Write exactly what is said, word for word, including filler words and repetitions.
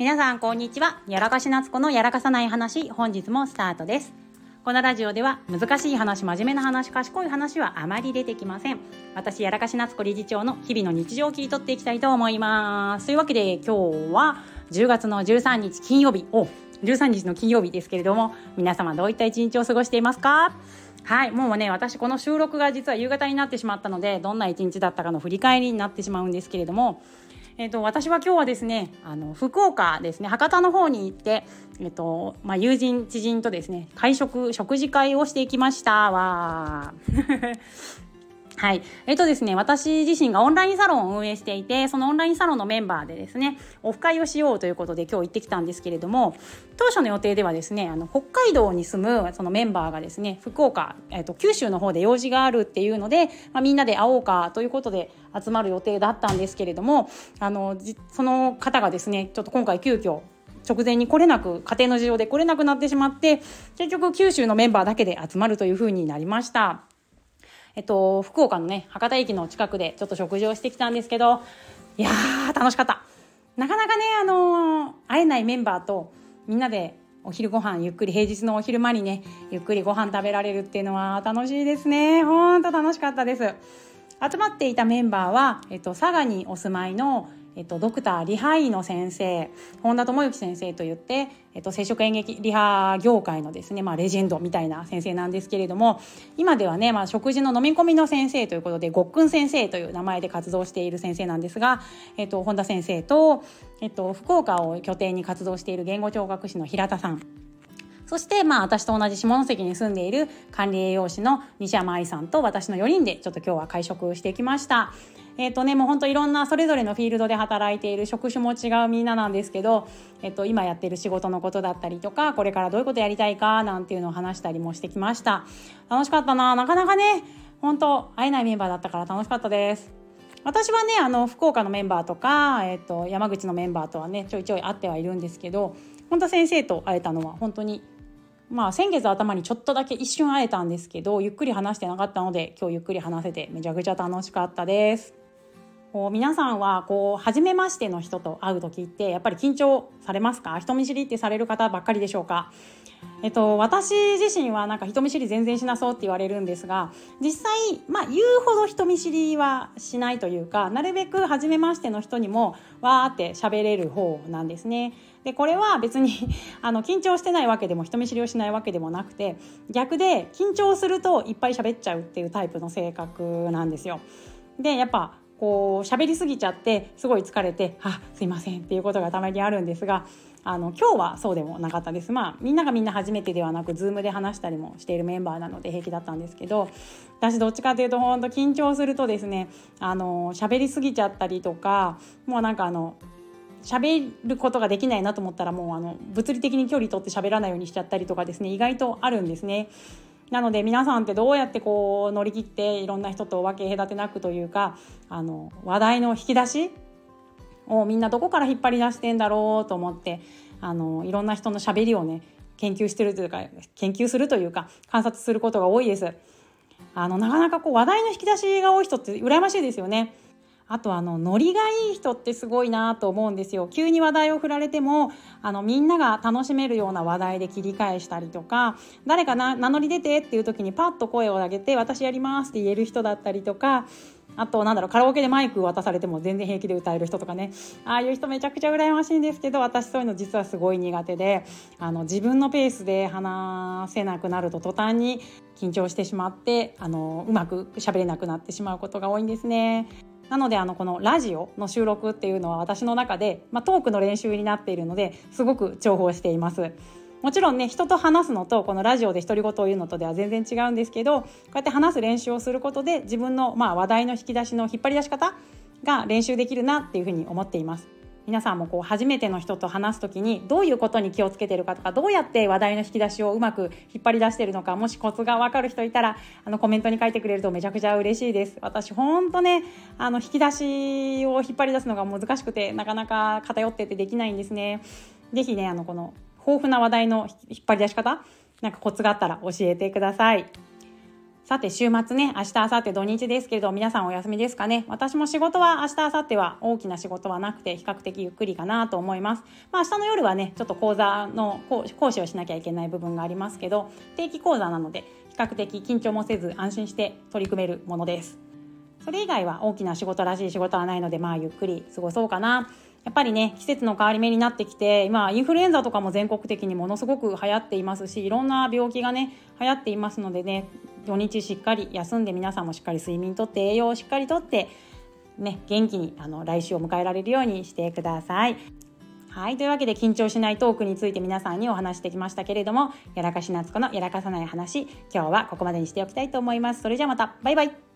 皆さんこんにちは。やらかし夏子のやらかさない話、本日もスタートです。このラジオでは難しい話、真面目な話、賢い話はあまり出てきません。私やらかし夏子理事長の日々の日常を切り取っていきたいと思います。というわけで今日はじゅうがつのじゅうさんにち金曜日、おじゅうさんにちの金曜日ですけれども、皆様どういった一日を過ごしていますか？はい、もうね、私この収録が実は夕方になってしまったので、どんな一日だったかの振り返りになってしまうんですけれども、えっと、私は今日はですね、あの福岡ですね、博多の方に行って、えっとまあ、友人知人とですね、会食食事会をしてきましたわはい、えっとですね、私自身がオンラインサロンを運営していて、そのオンラインサロンのメンバーでですね、オフ会をしようということで今日行ってきたんですけれども、当初の予定ではですね、あの北海道に住むそのメンバーがですね、福岡、えっと、九州の方で用事があるっていうので、まあ、みんなで会おうかということで集まる予定だったんですけれども、あのその方がですね、ちょっと今回急遽直前に来れなく、家庭の事情で来れなくなってしまって、結局九州のメンバーだけで集まるという風になりました。えっと、福岡のね、博多駅の近くでちょっと食事をしてきたんですけど、いやー楽しかった。なかなかね、あのー、会えないメンバーとみんなでお昼ご飯ゆっくり、平日のお昼間にね、ゆっくりご飯食べられるっていうのは楽しいですね。ほんと楽しかったです。集まっていたメンバーは、えっと、佐賀にお住まいのえっと、ドクターリハ医の先生、本田智之先生といって、えっと、生殖演劇リハ業界のですね、まあ、レジェンドみたいな先生なんですけれども、今ではね、まあ、食事の飲み込みの先生ということで、ごっくん先生という名前で活動している先生なんですが、えっと、本田先生と、えっと、福岡を拠点に活動している言語聴覚士の平田さん、そして、まあ、私と同じ下関に住んでいる管理栄養士の西山愛さんと私のよにんでちょっと今日は会食してきました。えっとね、もう本当いろんなそれぞれのフィールドで働いている、職種も違うみんななんですけど、えっと、今やっている仕事のことだったりとか、これからどういうことやりたいかなんていうのを話したりもしてきました。楽しかったな。なかなかね、本当会えないメンバーだったから楽しかったです。私はね、あの福岡のメンバーとか、えっと、山口のメンバーとはね、ちょいちょい会ってはいるんですけど、本田先生と会えたのは本当にまあ、先月頭にちょっとだけ一瞬会えたんですけど、ゆっくり話してなかったので、今日ゆっくり話せてめちゃくちゃ楽しかったです。こう皆さんはこう初めましての人と会う時ってやっぱり緊張されますか？人見知りってされる方ばっかりでしょうか？えっと、私自身はなんか人見知り全然しなそうって言われるんですが、実際、まあ、言うほど人見知りはしないというか、なるべく初めましての人にもわーって喋れる方なんですね。でこれは別にあの緊張してないわけでも人見知りをしないわけでもなくて、逆で緊張するといっぱい喋っちゃうっていうタイプの性格なんですよ。でやっぱこう喋りすぎちゃってすごい疲れて、あ、すいませんっていうことがたまにあるんですが、あの今日はそうでもなかったです。まあみんながみんな初めてではなく、ズームで話したりもしているメンバーなので平気だったんですけど、私どっちかというと本当緊張するとですね、あの喋りすぎちゃったりとか、もうなんかあの喋ることができないなと思ったら、もうあの物理的に距離取って喋らないようにしちゃったりとかですね、意外とあるんですね。なので皆さんってどうやってこう乗り切っていろんな人と分け隔てなくというか、あの話題の引き出しをみんなどこから引っ張り出してんだろうと思って、あのいろんな人の喋りをね研究してるというか研究するというか観察することが多いです。あのなかなかこう話題の引き出しが多い人って羨ましいですよね。あとあのノリがいい人ってすごいなと思うんですよ。急に話題を振られてもあのみんなが楽しめるような話題で切り返したりとか、誰かな名乗り出てっていう時にパッと声を上げて私やりますって言える人だったりとか、あとなんだろう、カラオケでマイク渡されても全然平気で歌える人とかね、ああいう人めちゃくちゃ羨ましいんですけど、私そういうの実はすごい苦手で、あの自分のペースで話せなくなると途端に緊張してしまって、あのうまく喋れなくなってしまうことが多いんですね。なのであのこのラジオの収録っていうのは私の中で、まあ、トークの練習になっているのですごく重宝しています。もちろんね、人と話すのとこのラジオで独り言を言うのとでは全然違うんですけど、こうやって話す練習をすることで自分のまあ話題の引き出しの引っ張り出し方が練習できるなっていうふうに思っています。皆さんもこう初めての人と話すときにどういうことに気をつけてるかとか、どうやって話題の引き出しをうまく引っ張り出してるのか、もしコツが分かる人いたらあのコメントに書いてくれるとめちゃくちゃ嬉しいです。私ほんとね、あの引き出しを引っ張り出すのが難しくて、なかなか偏っててできないんですね。ぜひね、あのこの豊富な話題の引っ張り出し方、なんかコツがあったら教えてください。 さて週末ね、明日明後日土日ですけれど、皆さんお休みですかね。私も仕事は明日明後日は大きな仕事はなくて比較的ゆっくりかなと思います。まあ明日の夜はねちょっと講座の講師をしなきゃいけない部分がありますけど、定期講座なので比較的緊張もせず安心して取り組めるものです。それ以外は大きな仕事らしい仕事はないので、まあゆっくり過ごそうかな。やっぱりね季節の変わり目になってきて、今インフルエンザとかも全国的にものすごく流行っていますし、いろんな病気がね流行っていますのでね、土日しっかり休んで、皆さんもしっかり睡眠とって栄養をしっかりとってね、元気にあの来週を迎えられるようにしてください。はい、というわけで緊張しないトークについて皆さんにお話してきましたけれども、やらかし夏子のやらかさない話、今日はここまでにしておきたいと思います。それじゃあまた、バイバイ。